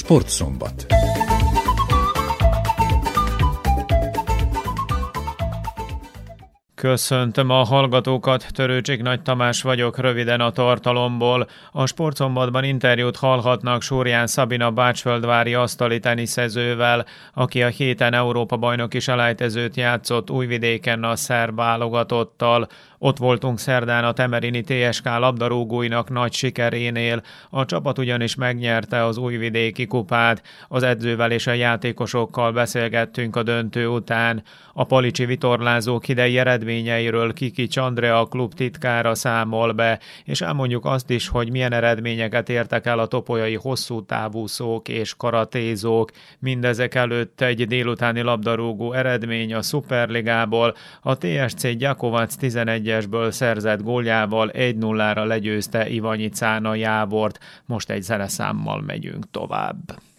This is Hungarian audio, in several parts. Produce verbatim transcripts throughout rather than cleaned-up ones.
Sportszombat. Köszöntöm a hallgatókat, Törőcsik Nagy Tamás vagyok, röviden a tartalomból. A Sportszombatban interjút hallhatnak Súrján Szabina bácsföldvári asztali teniszezővel, aki a héten Európa-bajnoki selejtezőt játszott Újvidéken a szerb válogatottal. Ott voltunk szerdán a temerini té es ká labdarúgóinak nagy sikerénél. A csapat ugyanis megnyerte az újvidéki kupát. Az edzővel és a játékosokkal beszélgettünk a döntő után. A palicsi vitorlázók idei eredményeiről Kikics Andrea, a klub titkára számol be, és elmondjuk azt is, hogy milyen eredményeket értek el a topolyai hosszú távúszók és karatézók. Mindezek előtt egy délutáni labdarúgó eredmény a Szuperligából. A té es cé Gyakovac tizenegyesből szerzett góljával egy nullára legyőzte Ivanyicán a Jávort. Most egy zeneszámmal megyünk tovább.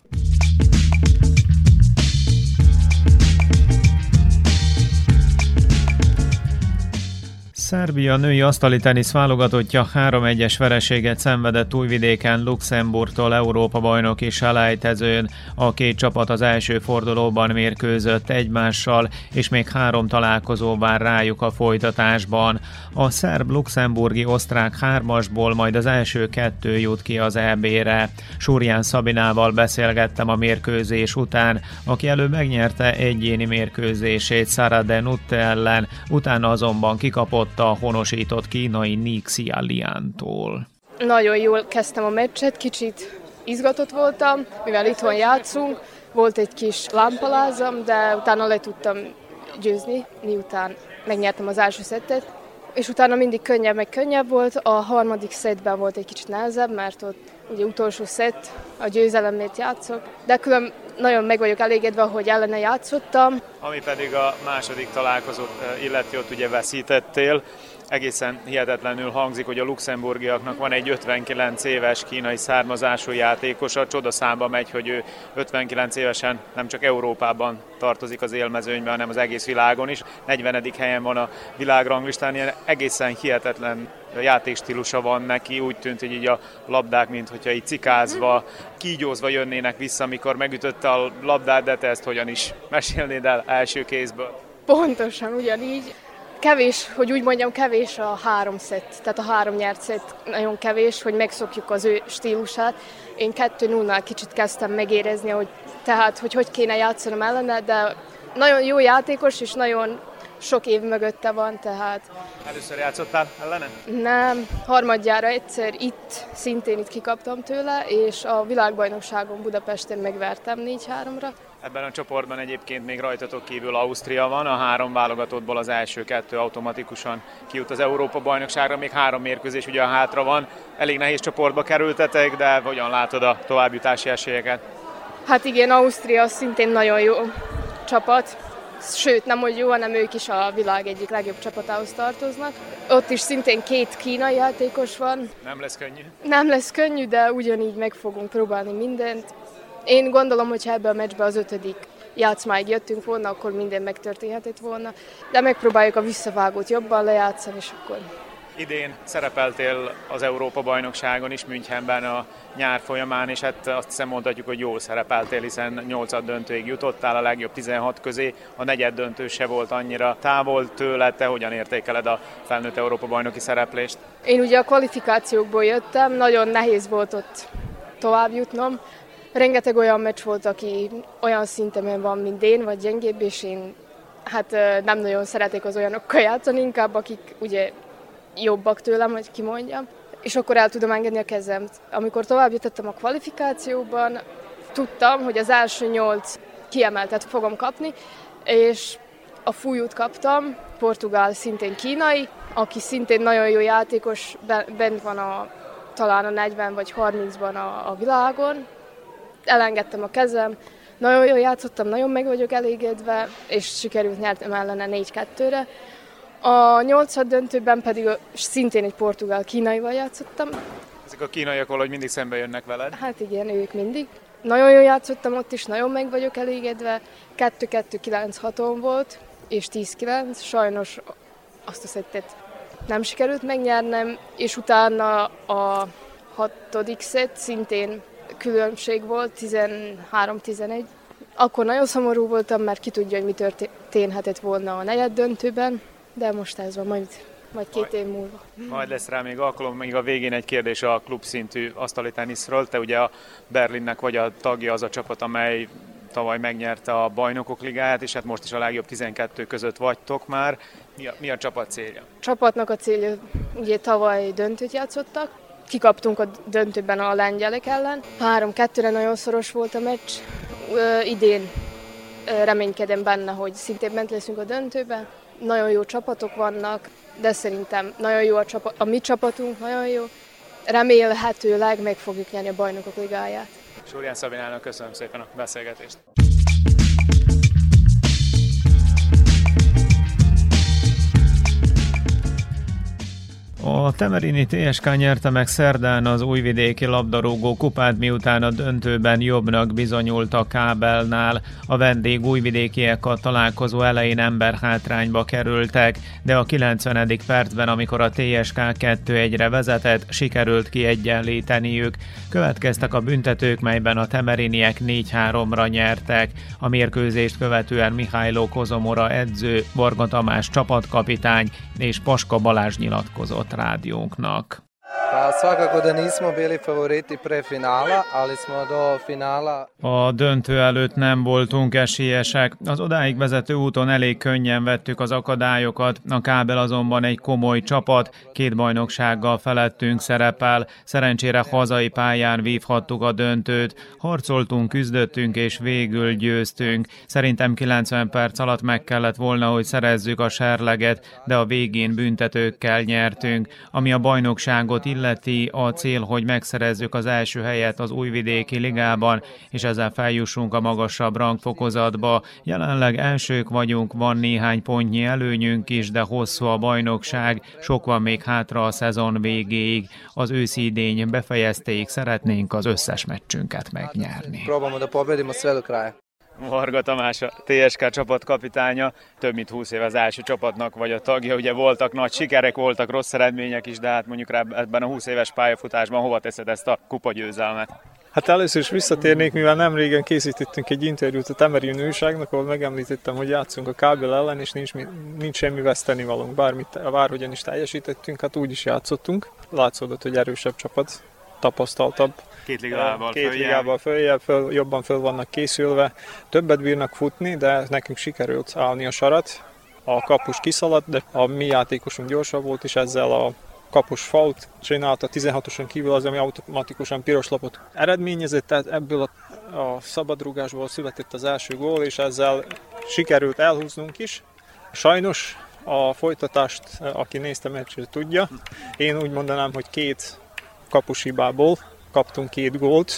Szerbia női asztali tenisz válogatottja három egyes vereséget szenvedett Újvidéken Luxemburgtól Európa-bajnoki selejtezőn. A két csapat az első fordulóban mérkőzött egymással, és még három találkozó vár rájuk a folytatásban. A szerb-luxemburgi osztrák hármasból majd az első kettő jut ki az é bé-re. Súrján Szabinával beszélgettem a mérkőzés után, aki előbb megnyerte egyéni mérkőzését Sara de Nutte ellen, utána azonban kikapott a honosított kínai Nixia Liántól. Nagyon jól kezdtem a meccset, kicsit izgatott voltam, mivel itthon játszunk, volt egy kis lámpalázam, de utána le tudtam győzni, miután megnyertem az első szettet, és utána mindig könnyebb, meg könnyebb volt. A harmadik szettben volt egy kicsit nehezebb, mert ott ugye utolsó szett, a győzelemért játszok, de külön nagyon meg vagyok elégedve, hogy ellene játszottam. Ami pedig a második találkozót illeti, ott ugye veszítettél. Egészen hihetetlenül hangzik, hogy a luxemburgiaknak van egy ötvenkilenc éves kínai származású játékosa. Csodaszámba megy, hogy ő ötvenkilenc évesen nem csak Európában tartozik az élmezőnyben, hanem az egész világon is. negyvenedik helyen van a világranglistán, ilyen egészen hihetetlen játékstílusa van neki, úgy tűnt, hogy így a labdák, minthogyha így cikázva, kígyózva jönnének vissza, amikor megütötte a labdát, de te ezt hogyan is mesélnéd el első kézből? Pontosan ugyanígy. Kevés, hogy úgy mondjam, kevés a három szett, tehát a három nyert szett nagyon kevés, hogy megszokjuk az ő stílusát. Én kettő nullnál kicsit kezdtem megérezni, hogy tehát, hogy hogy kéne játszanom ellene, de nagyon jó játékos, és nagyon sok év mögötte van, tehát... Először játszottál ellene? Nem, harmadjára egyszer itt, szintén itt kikaptam tőle, és a világbajnokságon Budapesten megvertem négy háromra. Ebben a csoportban egyébként még rajtatok kívül Ausztria van, a három válogatottból az első kettő automatikusan kijut az Európa-bajnokságra, még három mérkőzés ugye hátra van. Elég nehéz csoportba kerültetek, de hogyan látod a továbbjutási esélyeket? Hát igen, Ausztria szintén nagyon jó csapat. Sőt, nem hogy jó, hanem ők is a világ egyik legjobb csapatához tartoznak. Ott is szintén két kínai játékos van. Nem lesz könnyű? Nem lesz könnyű, de ugyanígy meg fogunk próbálni mindent. Én gondolom, hogy ha ebbe a meccsbe az ötödik játszmáig jöttünk volna, akkor minden megtörténhetett volna. De megpróbáljuk a visszavágót jobban lejátszani, és akkor... Idén szerepeltél az Európa-bajnokságon is Münchenben a nyár folyamán, és hát azt hiszem mondhatjuk, hogy jól szerepeltél, hiszen nyolcad döntőig jutottál a legjobb tizenhat közé, a negyed döntő se volt annyira távol tőle. Te hogyan értékeled a felnőtt Európa-bajnoki szereplést? Én ugye a kvalifikációkból jöttem, nagyon nehéz volt ott tovább jutnom. Rengeteg olyan meccs volt, aki olyan szinten van, mint én, vagy gyengébb, és én hát nem nagyon szeretek az olyanokkal játszani, inkább akik ugye jobbak tőlem, hogy kimondjam, és akkor el tudom engedni a kezem. Amikor tovább jutottam a kvalifikációban, tudtam, hogy az első nyolc kiemeltet fogom kapni, és a fújót kaptam, portugál, szintén kínai, aki szintén nagyon jó játékos, bent van a, talán a negyven vagy harmincban a, a világon. Elengedtem a kezem, nagyon jól játszottam, nagyon meg vagyok elégedve, és sikerült nyertem ellene négy kettőre. A nyolcad döntőben pedig szintén egy portugál-kínaival játszottam. Ezek a kínaiak valahogy mindig szembe jönnek veled? Hát igen, ők mindig. Nagyon jól játszottam ott is, nagyon meg vagyok elégedve. kettő kettő kilenc haton volt, és tíz kilenc. Sajnos azt a szettet nem sikerült megnyernem, és utána a hatodik szett szintén különbség volt, tizenhárom-tizenegy. Akkor nagyon szomorú voltam, mert ki tudja, hogy mi történhetett volna a negyed döntőben, de most ez van, majd, majd két év múlva. Majd lesz rá még alkalom, még a végén egy kérdés a klubszintű asztali teniszről. Te ugye a Berlinnek vagy a tagja, az a csapat, amely tavaly megnyerte a Bajnokok Ligáját, és hát most is a legjobb tizenkettő között vagytok már. Mi a, mi a csapat célja? A csapatnak a célja, ugye tavaly döntőt játszottak, kikaptunk a döntőben a lengyelek ellen. három kettőre nagyon szoros volt a meccs. Ö, idén ö, reménykedem benne, hogy szintén bent leszünk a döntőben. Nagyon jó csapatok vannak, de szerintem nagyon jó a, csapat, a mi csapatunk, nagyon jó. Remélhetőleg meg fogjuk nyerni a Bajnokok Ligáját. Súrján Szabinának köszönöm szépen a beszélgetést. A Temerini té es ká nyerte meg szerdán az újvidéki labdarúgó kupát, miután a döntőben jobbnak bizonyult a Kábelnál. A vendég újvidékiek a találkozó elején emberhátrányba kerültek, de a kilencvenedik percben, amikor a té es ká kettő egyre vezetett, sikerült kiegyenlíteniük. Következtek a büntetők, melyben a temeriniek négy háromra nyertek. A mérkőzést követően Mihály Kozomora edző, Varga Tamás csapatkapitány és Paska Balázs nyilatkozott rádiónknak. Pa svakako da nismo bili favoriti pre finala, ali smo do finala. A döntő előtt nem voltunk esélyesek. Az odáig vezető úton elég könnyen vettük az akadályokat, a Kábel azonban egy komoly csapat, két bajnoksággal felettünk szerepel. Szerencsére hazai pályán vívhattuk a döntőt, harcoltunk, küzdöttünk és végül győztünk. Szerintem kilencven perc alatt meg kellett volna, hogy szerezzük a serleget, de a végén büntetőkkel nyertünk. Ami a bajnokságot illeti, a cél, hogy megszerezzük az első helyet az újvidéki ligában, és ezzel feljussunk a magasabb rangfokozatba. Jelenleg elsők vagyunk, van néhány pontnyi előnyünk is, de hosszú a bajnokság, sok van még hátra a szezon végéig. Az őszi idény befejezték, szeretnénk az összes meccsünket megnyerni. Próbálom, da pobedimo sve do kraja. Varga Tamás, a té es ká csapatkapitánya, több mint húsz év az első csapatnak vagy a tagja, ugye voltak nagy sikerek, voltak rossz eredmények is, de hát mondjuk rá ebben a húsz éves pályafutásban hova teszed ezt a kupagyőzelmet? Hát először is visszatérnék, mivel nem régen készítettünk egy interjút a Temerini újságnak, ahol megemlítettem, hogy játszunk a Kábel ellen, és nincs, nincs semmi vesztenivalónk, bármit, bárhogyan is teljesítettünk, hát úgy is játszottunk. Látszódott, hogy erősebb csapat, tapasztaltabb. Két ligával Két ligával följebb, föl, jobban föl vannak készülve, többet bírnak futni, de nekünk sikerült állni a sarat. A kapus kiszaladt, de a mi játékosunk gyorsabb volt, és ezzel a kapus fault csinálta, tizenhatoson kívül az, ami automatikusan piros lapot eredményezett, tehát ebből a, a szabadrúgásból született az első gól, és ezzel sikerült elhúznunk is. Sajnos a folytatást, aki nézte meccsét, tudja. Én úgy mondanám, hogy két kapushibából kaptunk két gólt,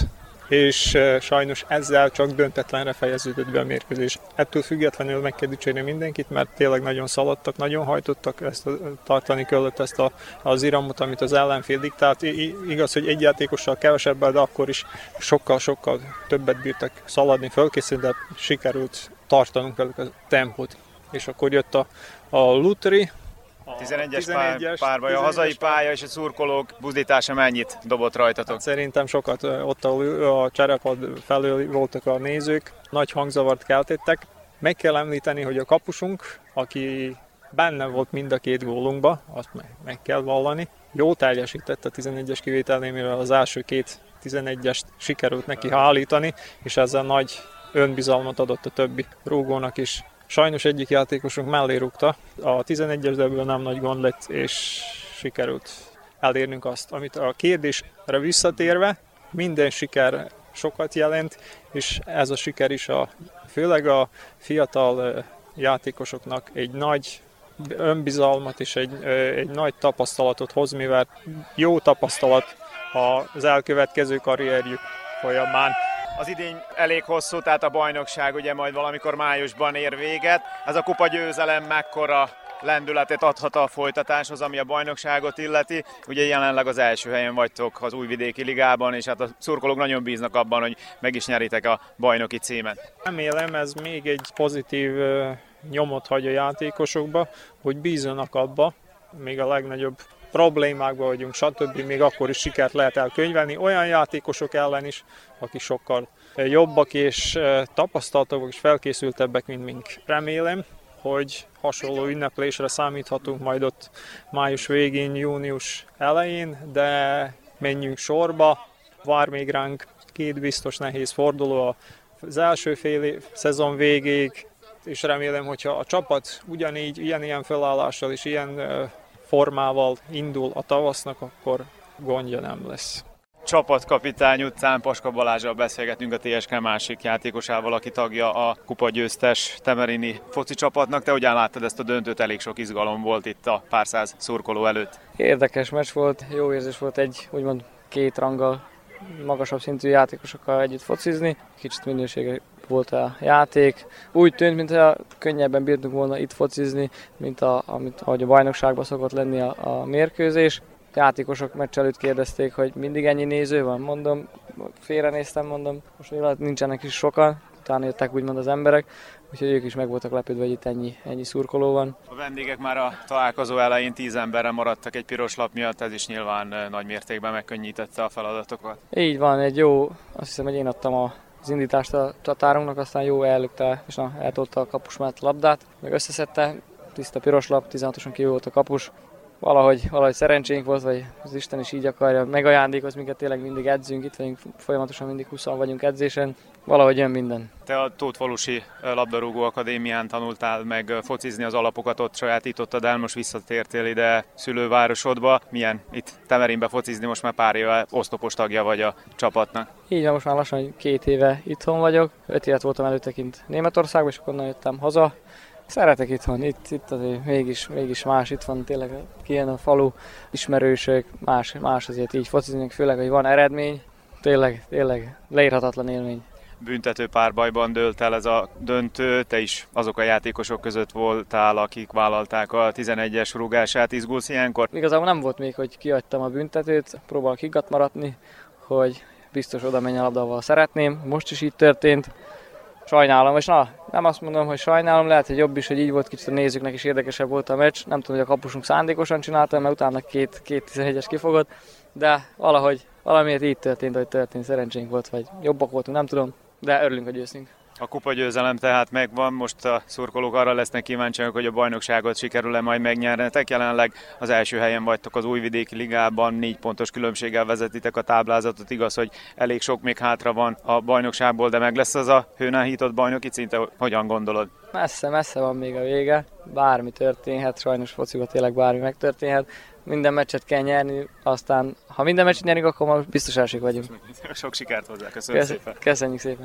és sajnos ezzel csak döntetlenre fejeződött be a mérkőzés. Ettől függetlenül meg kell dicsérni mindenkit, mert tényleg nagyon szaladtak, nagyon hajtottak, ezt a, tartani kellett ezt a, az iramot, amit az ellenfél diktált. I, igaz, hogy egy játékossal kevesebbel, de akkor is sokkal-sokkal többet bírtak szaladni, fölkészülni, de sikerült tartanunk velük a tempót. És akkor jött a, a Lutri, tizenegyes párbaj, a hazai pálya és a szurkolók buzdítása mennyit dobott rajtatok? Szerintem sokat, ott a, a cserepad felől voltak a nézők, nagy hangzavart keltettek. Meg kell említeni, hogy a kapusunk, aki benne volt mind a két gólunkba, azt meg, meg kell vallani, jó teljesített a tizenegyes kivételnél, mivel az első két tizenegyest sikerült neki állítani, és ezzel nagy önbizalmat adott a többi rúgónak is. Sajnos egyik játékosunk mellé rúgta, a tizenegyesből nem nagy gond lett, és sikerült elérnünk azt, amit a kérdésre visszatérve, minden siker sokat jelent, és ez a siker is a, főleg a fiatal játékosoknak egy nagy önbizalmat és egy, egy nagy tapasztalatot hoz, mivel jó tapasztalat az elkövetkező karrierjük folyamán. Az idény elég hosszú, tehát a bajnokság ugye majd valamikor májusban ér véget. Ez a kupagyőzelem mekkora lendületet adhat a folytatáshoz, ami a bajnokságot illeti. Ugye jelenleg az első helyen vagytok az Újvidéki Ligában, és hát a szurkolók nagyon bíznak abban, hogy meg is nyeritek a bajnoki címet. Remélem, ez még egy pozitív nyomot hagy a játékosokba, hogy bízzanak abba, még a legnagyobb problémákban vagyunk, stb. Még akkor is sikert lehet elkönyvelni. Olyan játékosok ellen is, akik sokkal jobbak és tapasztaltabbak és felkészültebbek, mint mink. Remélem, hogy hasonló ünneplésre számíthatunk majd ott május végén, június elején, de menjünk sorba, vár még ránk két biztos nehéz forduló az első fél év, szezon végéig, és remélem, hogyha a csapat ugyanígy, ilyen-ilyen felállással és ilyen formával indul a tavasznak, akkor gondja nem lesz. Csapatkapitány utcán Paska Balázsral beszélgetünk, a té es ká másik játékosával, aki tagja a kupagyőztes temerini foci csapatnak. Te hogyan láttad ezt a döntőt? Elég sok izgalom volt itt a pár száz szurkoló előtt. Érdekes meccs volt, jó érzés volt egy úgymond két ranggal magasabb szintű játékosokkal együtt focizni. Kicsit minősége volt a játék. Úgy tűnt, mintha könnyebben bírtunk volna itt focizni, mint a, amit, ahogy a bajnokságban szokott lenni a, a mérkőzés. Játékosok meccs előtt kérdezték, hogy mindig ennyi néző van, mondom, félrenéztem, mondom, most nyilván nincsenek is sokan, utána jöttek úgymond az emberek, úgyhogy ők is meg voltak lepődve, hogy itt ennyi, ennyi szurkoló van. A vendégek már a találkozó elején tíz emberre maradtak egy piros lap miatt, ez is nyilván nagy mértékben megkönnyítette a feladatokat. Így van, egy jó, azt hiszem, hogy én adtam a az indítást a csatárunknak, aztán jó ellökte, és na, eltolta a kapus mellett a labdát, meg összeszedte, tiszta piros lap, tizenhatosan kívül volt a kapus. Valahogy, valahogy szerencsénk volt, vagy az Isten is így akarja, megajándékoz minket, tényleg mindig edzünk, itt vagyunk, folyamatosan mindig húszan vagyunk edzésen, valahogy jön minden. Te a Tótfalusi labdarúgó akadémián tanultál meg focizni, az alapokat ott sajátítottad el, most visszatértél ide szülővárosodba. Milyen itt Temerinbe focizni, most már pár éve oszlopos tagja vagy a csapatnak? Így van, most már lassan két éve itthon vagyok, öt évet voltam előtte kint Németországban, és akkor onnan jöttem haza. Szeretek itthon, itt, itt azért mégis, mégis más, itt van tényleg kijön a falu, ismerősök, más, más azért így focizni, főleg, hogy van eredmény, tényleg, tényleg leírhatatlan élmény. Büntető párbajban dőlt el ez a döntő, te is azok a játékosok között voltál, akik vállalták a tizenegyes rúgását, izgulsz ilyenkor? Igazából nem volt még, hogy kiadtam a büntetőt, próbálok higgadt maradni, hogy biztos oda menj a labdával, szeretném, most is így történt. Sajnálom, és na, nem azt mondom, hogy sajnálom, lehet, hogy jobb is, hogy így volt, kicsit a nézőknek is érdekesebb volt a meccs. Nem tudom, hogy a kapusunk szándékosan csinálta, mert utána két, két tizenegyes kifogott, de valahogy, valamiért így történt, hogy történt, szerencsénk volt, vagy jobbak voltunk, nem tudom, de örülünk, hogy győztünk. A kupagyőzelem tehát megvan, most a szurkolók arra lesznek kíváncsiak, hogy a bajnokságot sikerül-e majd megnyernetek. Jelenleg az első helyen vagytok az Újvidéki Ligában, négy pontos különbséggel vezetitek a táblázatot. Igaz, hogy elég sok még hátra van a bajnokságból, de meg lesz az a hőnálhított bajnoki cinte, hogyan gondolod? Messze, messze van még a vége, bármi történhet, sajnos fociban tényleg bármi megtörténhet. Minden meccset kell nyerni, aztán ha minden meccset nyerünk, akkor már biztos elsők vagyunk. Sok sikert hozzá, köszönöm Kösz, szépen. Köszönjük szépen.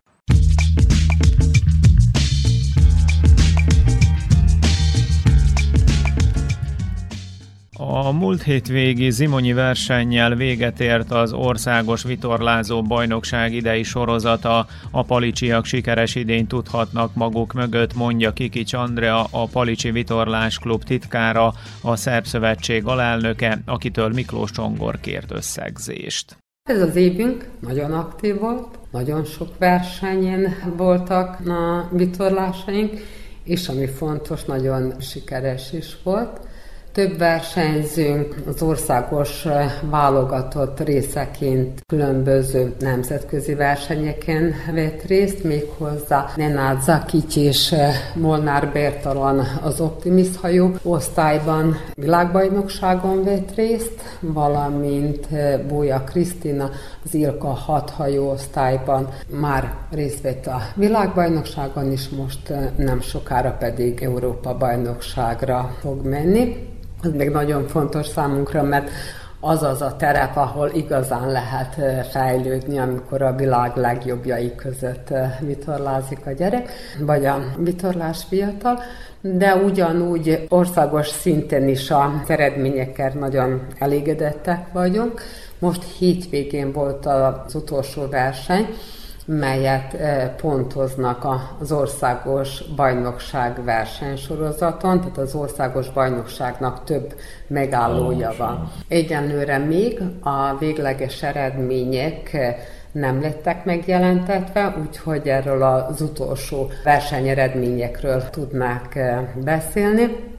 A múlt hétvégi zimonyi versennyel véget ért az országos vitorlázó bajnokság idei sorozata. A palicsiak sikeres idényt tudhatnak maguk mögött, mondja Kikics Andrea, a Palicsi Vitorlás Klub titkára, a Szerb Szövetség alelnöke, akitől Miklós Csongor kért összegzést. Ez az évünk nagyon aktív volt, nagyon sok versenyen voltak a vitorlásaink, és ami fontos, nagyon sikeres is volt. Több versenyzőnk az országos válogatott részeként különböző nemzetközi versenyeken vett részt, méghozzá Nenad Zakic és Molnár Bertalan az Optimist hajó osztályban világbajnokságon vett részt, valamint Bója Krisztina az Ilka hat hajó osztályban már részt vett a világbajnokságon, és most nem sokára pedig Európa bajnokságra fog menni. Ez még nagyon fontos számunkra, mert az az a terep, ahol igazán lehet fejlődni, amikor a világ legjobbjai között vitorlázik a gyerek, vagy a vitorlás fiatal, de ugyanúgy országos szinten is az eredményekkel nagyon elégedettek vagyunk. Most hétvégén volt az utolsó verseny, melyet pontoznak az országos bajnokság versenysorozaton, tehát az országos bajnokságnak több megállója van. Egyenlőre még a végleges eredmények nem lettek megjelentetve, úgyhogy erről az utolsó versenyeredményekről tudnák beszélni.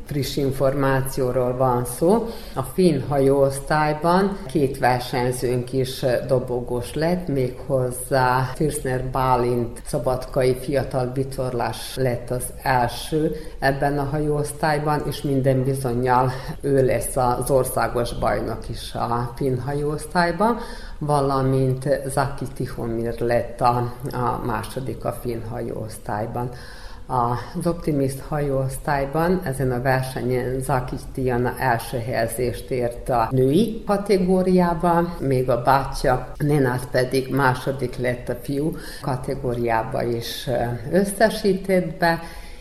friss információról van szó. A finn hajóosztályban két versenyzőnk is dobogós lett, méghozzá Firsner Bálint szabadkai fiatal vitorlás lett az első ebben a hajóosztályban, és minden bizonnyal ő lesz az országos bajnok is a finn hajóosztályban, valamint Zaki Tihomir lett a, a második a finn hajóosztályban. Az Optimist hajóosztályban ezen a versenyen Zaki Tiana első helyezést ért a női kategóriában, még a bátyja Nenad pedig második lett a fiú kategóriába is összesített be,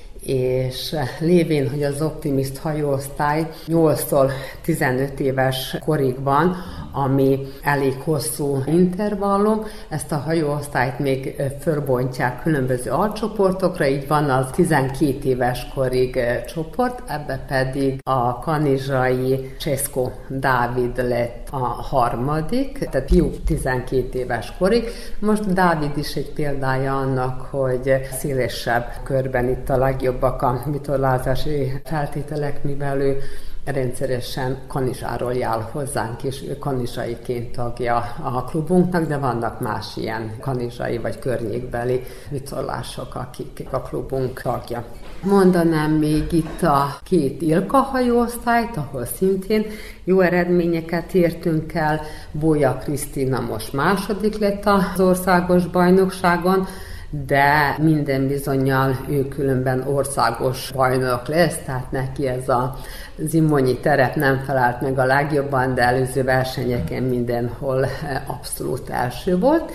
és lévén, hogy az Optimist hajóosztály nyolctól tizenöt éves korig van, ami elég hosszú intervallum, ezt a hajóosztályt még fölbontják különböző alcsoportokra, így van az tizenkét éves korig csoport, ebbe pedig a kanizsai Cseszko Dávid lett a harmadik, tehát fiúk tizenkét éves korig. Most Dávid is egy példája annak, hogy szélesebb körben itt a legjobbak a vitorlázási feltételek, mivel ő rendszeresen kanizsáról jár hozzánk, és ő kanizsaiként tagja a klubunknak, de vannak más ilyen kanizsai vagy környékbeli vitorlások, akik a klubunk tagja. Mondanám még itt a két Ilka hajóosztályt, ahol szintén jó eredményeket értünk el. Bója Krisztina most második lett az országos bajnokságon, de minden bizonnyal ő különben országos bajnok lesz, tehát neki ez a zimonyi terep nem felelt meg a legjobban, de előző versenyeken mindenhol abszolút első volt,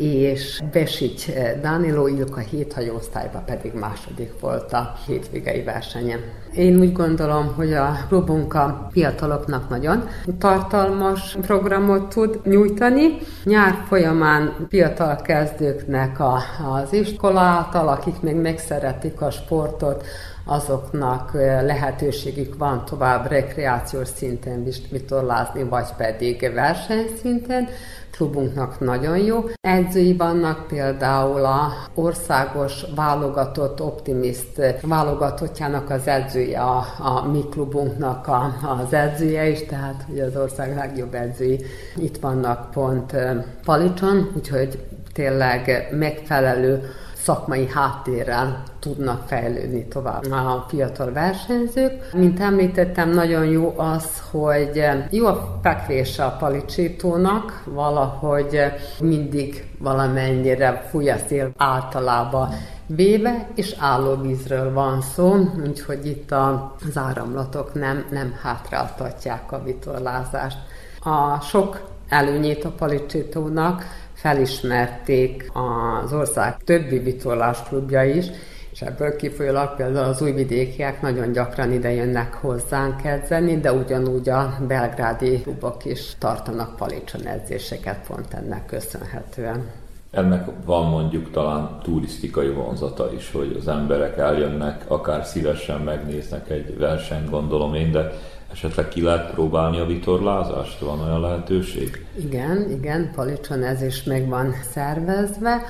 és Besics Danilo Ilka héthajóosztályban pedig második volt a hétvégei versenyen. Én úgy gondolom, hogy a klubunk a fiataloknak nagyon tartalmas programot tud nyújtani. Nyár folyamán fiatal kezdőknek a, az iskola által, akik még megszeretik a sportot, azoknak lehetőségük van tovább rekreációs szinten vitorlázni, vagy pedig versenyszinten. Klubunknak nagyon jó edzői vannak, például a országos válogatott Optimist válogatottjának az edzője, a, a mi klubunknak a, az edzője is, tehát hogy az ország legjobb edzői itt vannak pont Palicson, úgyhogy tényleg megfelelő szakmai háttérrel tudnak fejlődni tovább a fiatal versenyzők. Mint említettem, nagyon jó az, hogy jó a fekvése a Palicsitónak, valahogy mindig valamennyire fúj a szél általában véve, és állóvízről van szó, úgyhogy itt az áramlatok nem, nem hátráltatják a vitorlázást. A sok előnyét a Palicsitónak felismerték az ország többi vitorlásklubja is, és ebből kifolyólag például az újvidékiek nagyon gyakran ide jönnek hozzánk edzeni, de ugyanúgy a belgrádi klubok is tartanak Palicson edzéseket pont ennek köszönhetően. Ennek van mondjuk talán turisztikai vonzata is, hogy az emberek eljönnek, akár szívesen megnéznek egy versenyt, gondolom én, de esetleg ki lehet próbálni a vitorlázást? Van olyan lehetőség? Igen, igen, Palicson ez is meg van szervezve.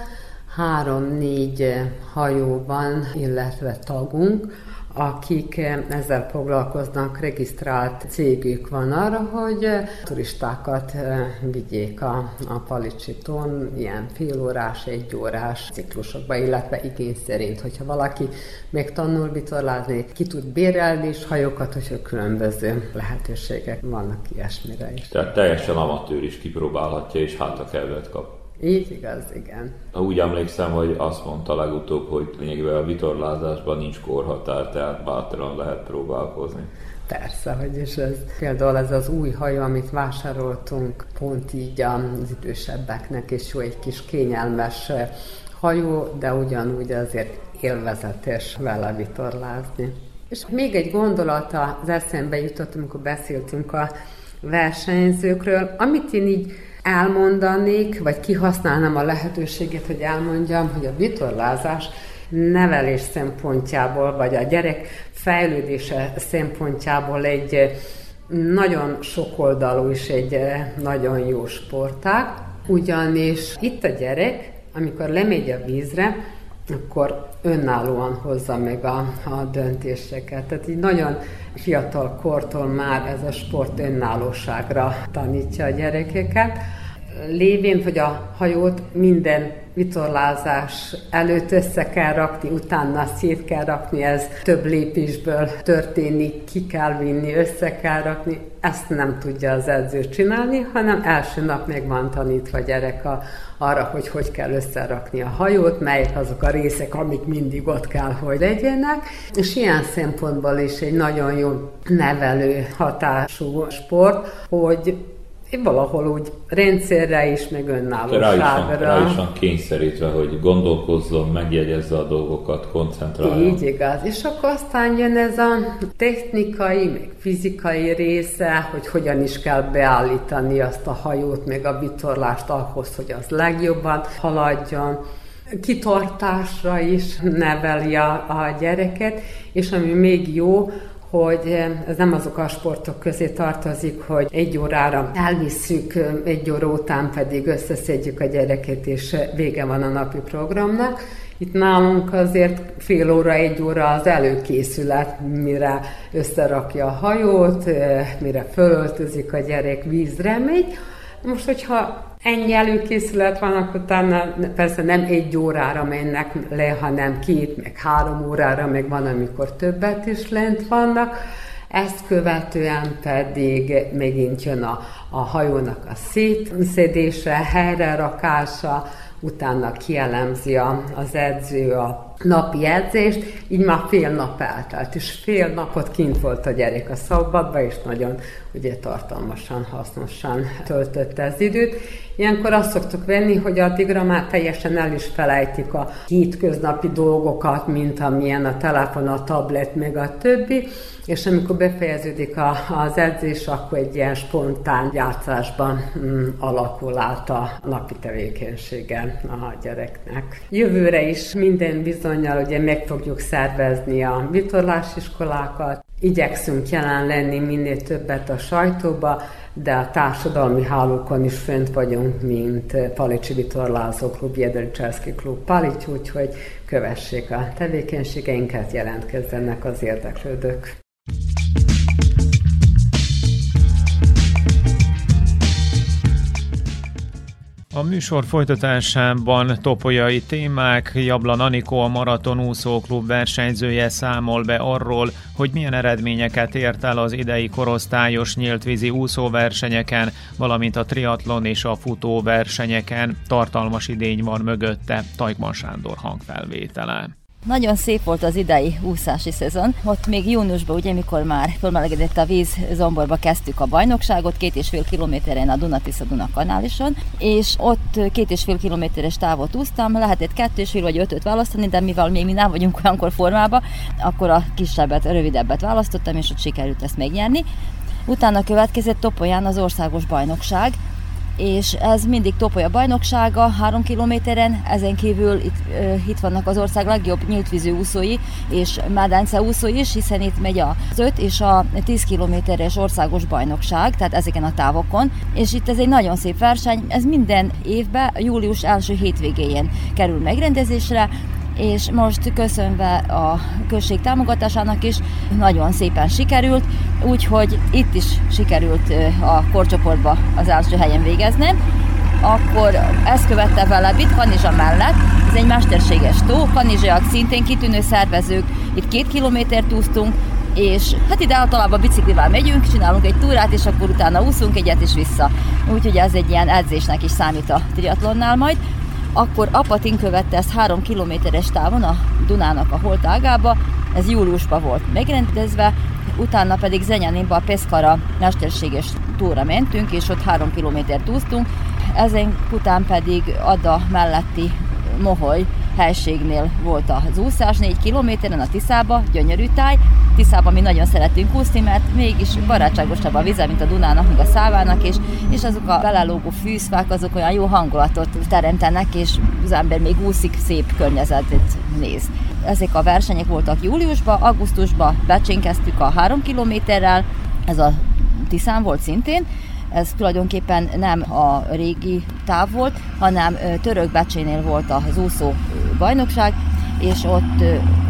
Három-négy hajó van, illetve tagunk, akik ezzel foglalkoznak, regisztrált cégük van arra, hogy turistákat vigyék a, a Palicsitón ilyen félórás, egyórás ciklusokba, illetve igény szerint, hogyha valaki megtanul vitorlázni, ki tud bérelni is hajókat, hogyha különböző lehetőségek vannak ilyesmire is. Tehát teljesen amatőr is kipróbálhatja, és hát a kedvet kap. Így igaz, igen. Úgy emlékszem, hogy azt mondta legutóbb, hogy lényegében a vitorlázásban nincs korhatár, tehát bátran lehet próbálkozni. Persze, hogy is ez. Például ez az új hajó, amit vásároltunk, pont így az idősebbeknek is jó, egy kis kényelmes hajó, de ugyanúgy azért élvezetes vele vitorlázni. És még egy gondolat az eszembe jutott, amikor beszéltünk a versenyzőkről, amit én így elmondanék, vagy kihasználnám a lehetőséget, hogy elmondjam, hogy a vitorlázás nevelés szempontjából, vagy a gyerek fejlődése szempontjából egy nagyon sokoldalú és egy nagyon jó sportág, ugyanis itt a gyerek, amikor lemegy a vízre, akkor önállóan hozza meg a, a döntéseket. Tehát így nagyon fiatal kortól már ez a sport önállóságra tanítja a gyerekeket. Lévén, hogy a hajót minden vitorlázás előtt össze kell rakni, utána szét kell rakni, ez több lépésből történik, ki kell vinni, össze kell rakni. Ezt nem tudja az edző csinálni, hanem első nap meg van tanítva a gyerek a, arra, hogy hogy kell összerakni a hajót, melyek azok a részek, amik mindig ott kell, hogy legyenek. És ilyen szempontból is egy nagyon jó nevelő hatású sport, hogy valahol úgy rendszerre is, meg önállóságra. Rá is van kényszerítve, hogy gondolkozzon, megjegyezze a dolgokat, koncentráljon. Így igaz. És akkor aztán jön ez a technikai, meg fizikai része, hogy hogyan is kell beállítani azt a hajót, meg a vitorlást ahhoz, hogy az legjobban haladjon. Kitartásra is neveli a, a gyereket, és ami még jó, hogy ez nem azok a sportok közé tartozik, hogy egy órára elvisszük, egy óra után pedig összeszedjük a gyereket, és vége van a napi programnak. Itt nálunk azért fél óra, egy óra az előkészület, mire összerakja a hajót, mire fölöltözik a gyerek, vízre megy. Most, hogyha ennyi előkészület van, akkor utána persze nem egy órára mennek le, hanem két, meg három órára, meg van, amikor többet is lent vannak. Ezt követően pedig megint jön a, a hajónak a szétszedése, helyre rakása, utána kielemzi a, az edző a napi edzést, így már fél nap eltelt, és fél napot kint volt a gyerek a szabadba, és nagyon ugye tartalmasan, hasznosan töltötte az időt. Ilyenkor azt szoktuk venni, hogy addigra már teljesen el is felejtik a hétköznapi dolgokat, mint amilyen a telefon, a tablet, meg a többi, és amikor befejeződik a, az edzés, akkor egy ilyen spontán játszásban mm, alakul át a napi tevékenysége a gyereknek. Jövőre is minden bizonnyal ugye meg fogjuk szervezni a vitorlásiskolákat, igyekszünk jelen lenni minél többet a sajtóba, de a társadalmi hálókon is fönt vagyunk, mint Palicsi Vitorlázó Klub, Jedricselszki Klub Palics, úgyhogy kövessék a tevékenységeinket, jelentkezzenek az érdeklődők. A műsor folytatásában topolyai témák. Jablan Anikó, a Maraton Úszóklub versenyzője számol be arról, hogy milyen eredményeket ért el az idei korosztályos nyíltvízi úszóversenyeken, valamint a triatlon és a futóversenyeken. Tartalmas idény van mögötte. Tajkman Sándor hangfelvétele. Nagyon szép volt az idei úszási szezon. Ott még júniusban, ugye, mikor már fölmelegedett a víz, Zomborba kezdtük a bajnokságot, két és fél kilométeren a Duna-Tisza-Duna kanálison, és ott két és fél kilométeres távot úsztam, lehetett kettő és fél vagy ötöt választani, de mivel még mi nem vagyunk olyankor formában, akkor a kisebbet, a rövidebbet választottam, és ott sikerült ezt megnyerni. Utána következett Topolyán az országos bajnokság, és ez mindig Topolya bajnoksága, három kilométeren, ezen kívül itt, uh, itt vannak az ország legjobb nyíltvízű úszói és medence úszói is, hiszen itt megy az öt és a tíz kilométeres országos bajnokság, tehát ezeken a távokon, és itt ez egy nagyon szép verseny, ez minden évben július első hétvégéjén kerül megrendezésre, és most köszönve a község támogatásának is nagyon szépen sikerült, úgyhogy itt is sikerült a korcsoportba az első helyen végezni. Akkor ezt követte Velebit, Kanizsa mellett, ez egy mesterséges tó, kanizsaiak szintén kitűnő szervezők, itt két kilométert úsztunk, és hát ide általában biciklivel megyünk, csinálunk egy túrát, és akkor utána úszunk egyet és vissza. Úgyhogy ez egy ilyen edzésnek is számít a triatlonnál majd. Akkor Apatin követte ezt három kilométeres távon a Dunának a holt ágába, ez júliusban volt megrendezve, utána pedig Zenyaninba a Peszkara mesterséges túra mentünk, és ott három kilométert úsztunk, ezen után pedig Ada melletti Moholy helységnél volt az úszás, négy kilométeren a Tiszába, gyönyörű táj. Tiszában mi nagyon szeretünk úszni, mert mégis barátságosabb a vize, mint a Dunának, meg a Szávának, és, és azok a belelógó fűszfák, azok olyan jó hangulatot teremtenek, és az ember még úszik, szép környezetet néz. Ezek a versenyek voltak júliusban, augusztusban becsénkeztük a három kilométerrel, ez a Tiszán volt szintén, ez tulajdonképpen nem a régi táv volt, hanem Törökbecsénél volt az úszó bajnokság, és ott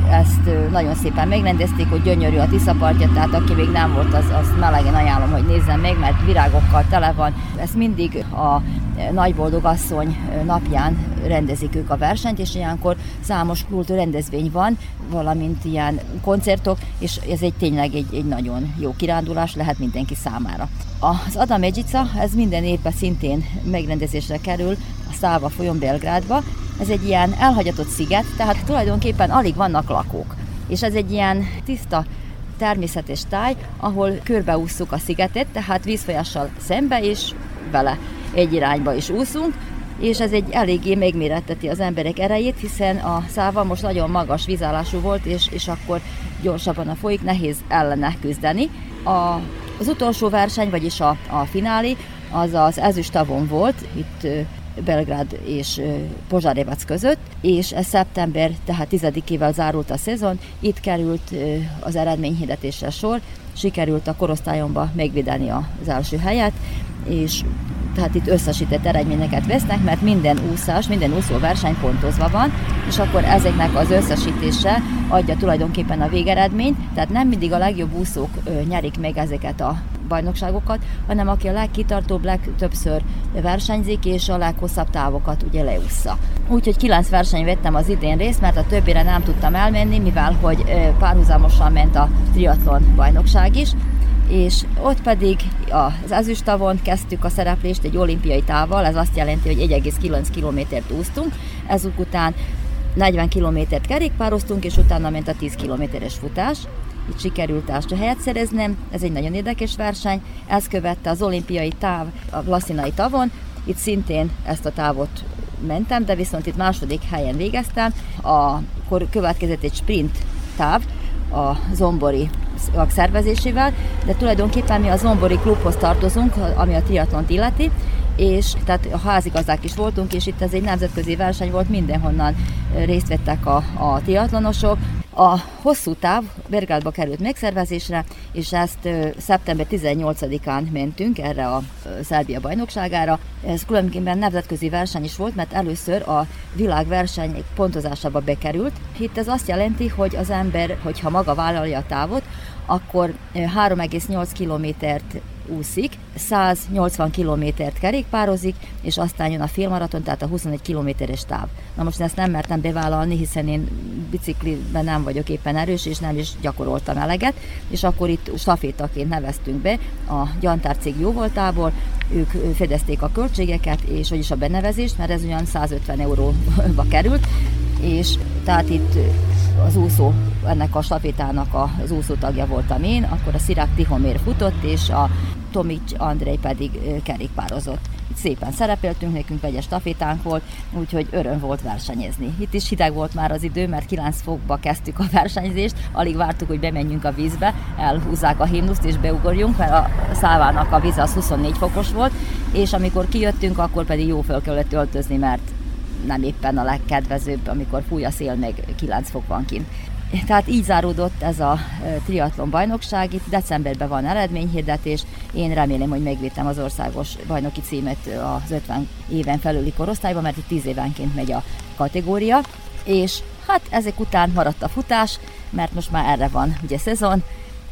ezt nagyon szépen megrendezték, hogy gyönyörű a Tisza partja, tehát aki még nem volt, az, az melegen ajánlom, hogy nézzen meg, mert virágokkal tele van. Ezt mindig a Nagyboldogasszony napján rendezik ők a versenyt, és ilyenkor számos kultúrrendezvény van, valamint ilyen koncertok, és ez egy tényleg egy, egy nagyon jó kirándulás lehet mindenki számára. Az Ada Medjica, ez minden évben szintén megrendezésre kerül a Száva folyón Belgrádba. Ez egy ilyen elhagyatott sziget, tehát tulajdonképpen alig vannak lakók. És ez egy ilyen tiszta természetes táj, ahol körbeússzuk a szigetet, tehát vízfolyással szembe és vele egy irányba is úszunk, és ez egy eléggé megméretteti az emberek erejét, hiszen a Száva most nagyon magas vízállású volt, és, és akkor gyorsabban a folyik, nehéz ellene küzdeni. A, az utolsó verseny, vagyis a, a finálé, az az ezüstavon volt, itt Belgrád és Požarevac között, és ez szeptember, tehát tizedikével zárult a szezon, itt került az eredményhirdetésre sor, sikerült a korosztályomba megvédeni az első helyet, és tehát itt összesített eredményeket vesznek, mert minden úszás, minden úszóverseny pontozva van, és akkor ezeknek az összesítése adja tulajdonképpen a végeredményt, tehát nem mindig a legjobb úszók nyerik meg ezeket a bajnokságokat, hanem aki a legkitartóbb, legtöbbször versenyzik, és a leghosszabb távokat ugye leússza. Úgyhogy kilenc verseny vettem az idén részt, mert a többire nem tudtam elmenni, mivel hogy párhuzamosan ment a triatlon bajnokság is, és ott pedig az ezüstavon kezdtük a szereplést egy olimpiai távval, ez azt jelenti, hogy egy egész kilenc kilométert úsztunk, ezek után negyven kilométert kerékpároztunk, és utána ment a tíz kilométeres futás. Itt sikerült első helyet szereznem, ez egy nagyon érdekes verseny, ez követte az olimpiai táv a Vlaszinai tavon, itt szintén ezt a távot mentem, de viszont itt második helyen végeztem, akkor következett egy sprint táv, a Zombori szervezésével, de tulajdonképpen mi a Zombori klubhoz tartozunk, ami a triatlont illeti, és tehát a házigazdák is voltunk, és itt ez egy nemzetközi verseny volt, mindenhonnan részt vettek a, a triatlonosok. A hosszú táv Belgrádba került megszervezésre, és ezt ö, szeptember tizennyolcadikán mentünk erre a ö, Szerbia bajnokságára. Ez különbözően nemzetközi verseny is volt, mert először a világverseny pontozásába bekerült. Itt ez azt jelenti, hogy az ember, hogyha maga vállalja a távot, akkor három egész nyolc kilométert úszik, száznyolcvan kilométert kerékpározik, és aztán jön a félmaraton, tehát a huszonegy kilométeres táv. Na most ezt nem mertem bevállalni, hiszen én bicikliben nem vagyok éppen erős, és nem is gyakoroltam eleget, és akkor itt stafétaként neveztünk be a Gyantár cég jóvoltából, ők fedezték a költségeket, és vagyis a benevezést, mert ez olyan százötven euróba került, és tehát itt az úszó, ennek a stafétának az úszó tagja voltam én, akkor a Szirák Tihomér futott, és a Tomics Andrej pedig kerékpározott. Itt szépen szerepeltünk, nekünk vegyes stafétánk volt, úgyhogy öröm volt versenyezni. Itt is hideg volt már az idő, mert kilenc fokba kezdtük a versenyzést, alig vártuk, hogy bemenjünk a vízbe, elhúzzák a himnuszt és beugorjunk, mert a Szávának a víz az huszonnégy fokos volt, és amikor kijöttünk, akkor pedig jó föl kellett öltözni, mert nem éppen a legkedvezőbb, amikor fúj a szél, meg kilenc fok van kint. Tehát így záródott ez a triatlon bajnokság, itt decemberben van eredményhirdetés, én remélem, hogy megvédtem az országos bajnoki címet az ötven éven felüli korosztályban, mert itt tíz évenként megy a kategória, és hát ezek után maradt a futás, mert most már erre van ugye szezon,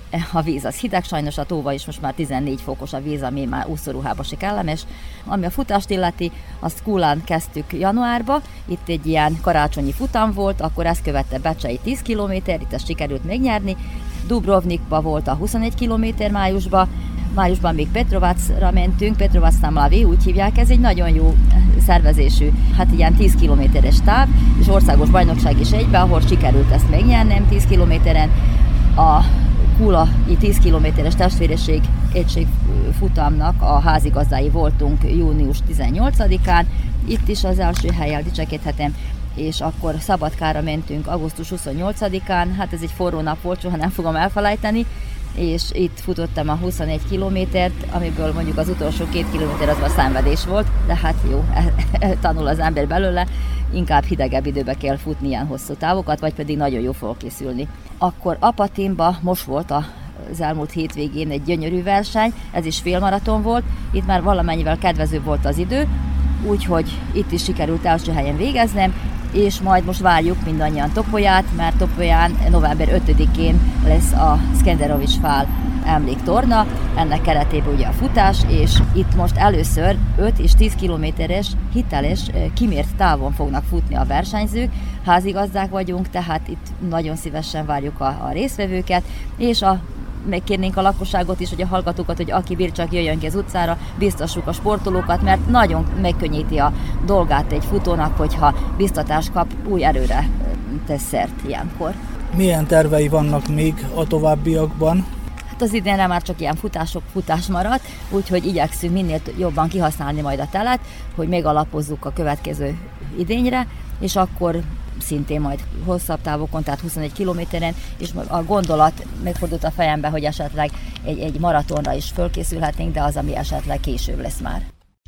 a víz az hideg, sajnos a tóva is most már tizennégy fokos a víz, ami már úszóruhába se kellemes. Ami a futást illeti, azt Kulán kezdtük januárba, itt egy ilyen karácsonyi futam volt, akkor ezt követte Becsei tíz kilométer, itt ezt sikerült megnyerni. Dubrovnikba volt a huszonegy kilométer májusban, májusban még Petrovacra mentünk, Petrovac na Mlavi, úgy hívják, ez egy nagyon jó szervezésű, hát ilyen tíz kilométeres táv, és országos bajnokság is egybe, ahol sikerült ezt megnyernem tíz kilométeren. A Kulai tíz kilométeres testvéresség egységfutamnak a házigazdái voltunk június tizennyolcadikán, itt is az első hellyel dicsekedhetem, és akkor Szabadkára mentünk augusztus huszonnyolcadikán, hát ez egy forró nap volt, soha nem fogom elfelejteni, és itt futottam a huszonegy kilométert, amiből mondjuk az utolsó két kilométer az a szenvedés volt, de hát jó, tanul az ember belőle, inkább hidegebb időbe kell futni ilyen hosszú távokat, vagy pedig nagyon jó felkészülni. Akkor Apatinba most volt az elmúlt hétvégén egy gyönyörű verseny, ez is félmaraton volt, itt már valamennyivel kedvezőbb volt az idő, úgyhogy itt is sikerült első helyen végeznem, és majd most várjuk mindannyian Topolyát, mert Topolyán november ötödikén lesz a Szkenderovics-fál emléktorna, ennek keretében ugye a futás, és itt most először öt és tíz kilométeres hiteles, kimért távon fognak futni a versenyzők. Házigazdák vagyunk, tehát itt nagyon szívesen várjuk a, a résztvevőket, és a megkérnénk a lakosságot is, hogy a hallgatókat, hogy aki bír, csak jöjjön ki az utcára, biztassuk a sportolókat, mert nagyon megkönnyíti a dolgát egy futónak, hogyha biztatást kap, új erőre tesz szert ilyenkor. Milyen tervei vannak még a továbbiakban? Hát az idénre már csak ilyen futások, futás maradt, úgyhogy igyekszünk minél jobban kihasználni majd a telet, hogy megalapozzuk a következő idényre, és akkor szintén majd hosszabb távokon, tehát huszonegy kilométeren, és a gondolat megfordult a fejembe, hogy esetleg egy, egy maratonra is fölkészülhetnénk, de az, ami esetleg később lesz már.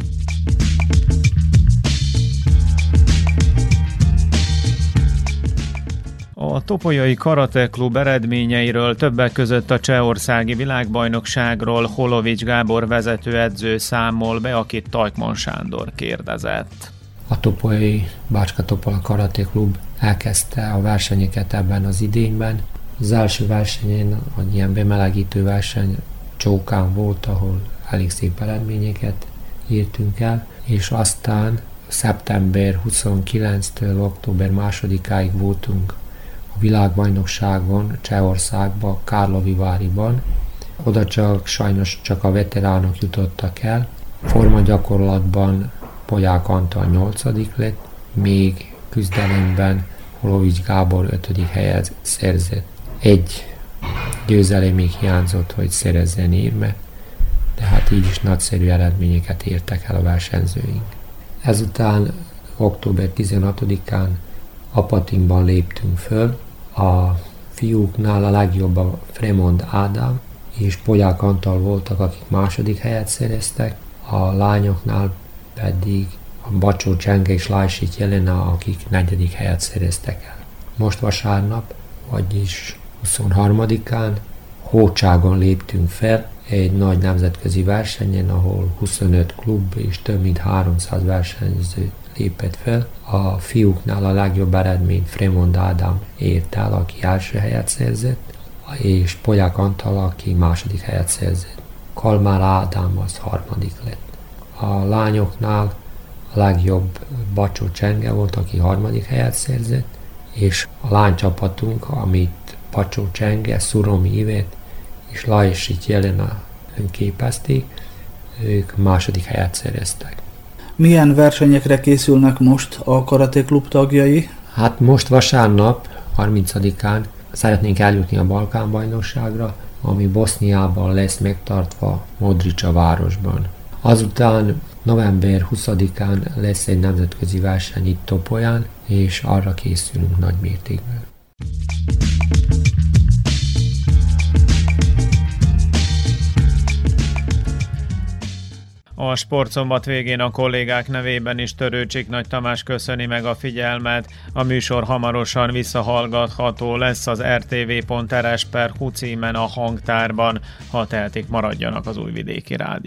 A Topolyai Karate Klub eredményeiről, többek között a csehországi világbajnokságról Holovics Gábor vezetőedző számol be, akit Tajkman Sándor kérdezett. A Topolyai Bácska-Topola Karate Klub elkezdte a versenyeket ebben az idényben. Az első versenyén, egy ilyen bemelegítő verseny Csókán volt, ahol elég szép eredményeket írtunk el, és aztán szeptember huszonkilencedikétől október másodikáig voltunk a világbajnokságon Csehországban, Karloviváriban. Oda csak sajnos csak a veteránok jutottak el. Formagyakorlatban Polyák Antal nyolcadik lett, még küzdelemben Holovics Gábor ötödik helyet szerzett. Egy győzelem még hiányzott, hogy szerezzen érmet, de hát így is nagyszerű eredményeket értek el a versenyzőink. Ezután október tizenhatodikán Apatinban léptünk föl. A fiúknál a legjobb a Fremond Ádám és Polyák Antal voltak, akik második helyet szereztek, a lányoknál pedig a Bacsó Csenge és Lajsit Jelena, akik negyedik helyet szereztek el. Most vasárnap, vagyis huszonharmadikán Hócságon léptünk fel egy nagy nemzetközi versenyen, ahol huszonöt klub és több mint háromszáz versenyző lépett fel. A fiúknál a legjobb eredményt Fremond Ádám ért el, aki első helyet szerzett, és Polyák Antal, aki második helyet szerzett. Kalmár Ádám az harmadik lett. A lányoknál a legjobb Bacsó Csenge volt, aki harmadik helyet szerzett, és a lánycsapatunk, amit Bacsó Csenge, Szuromi Ivet és Lajsit Jelena képezték, ők második helyet szereztek. Milyen versenyekre készülnek most a Karate Klub tagjai? Hát most vasárnap, harmincadikán szeretnénk eljutni a Balkán-bajnokságra, ami Boszniában lesz megtartva Modrica városban. Azután november huszadikán lesz egy nemzetközi verseny itt Topolyán, és arra készülünk nagy mértékben. A Sportszombat végén a kollégák nevében is Törőcsik Nagy Tamás köszöni meg a figyelmet. A műsor hamarosan visszahallgatható lesz az er té vé pont er es pont hu címen a hangtárban. Ha tehetik, maradjanak az Újvidéki Rádió.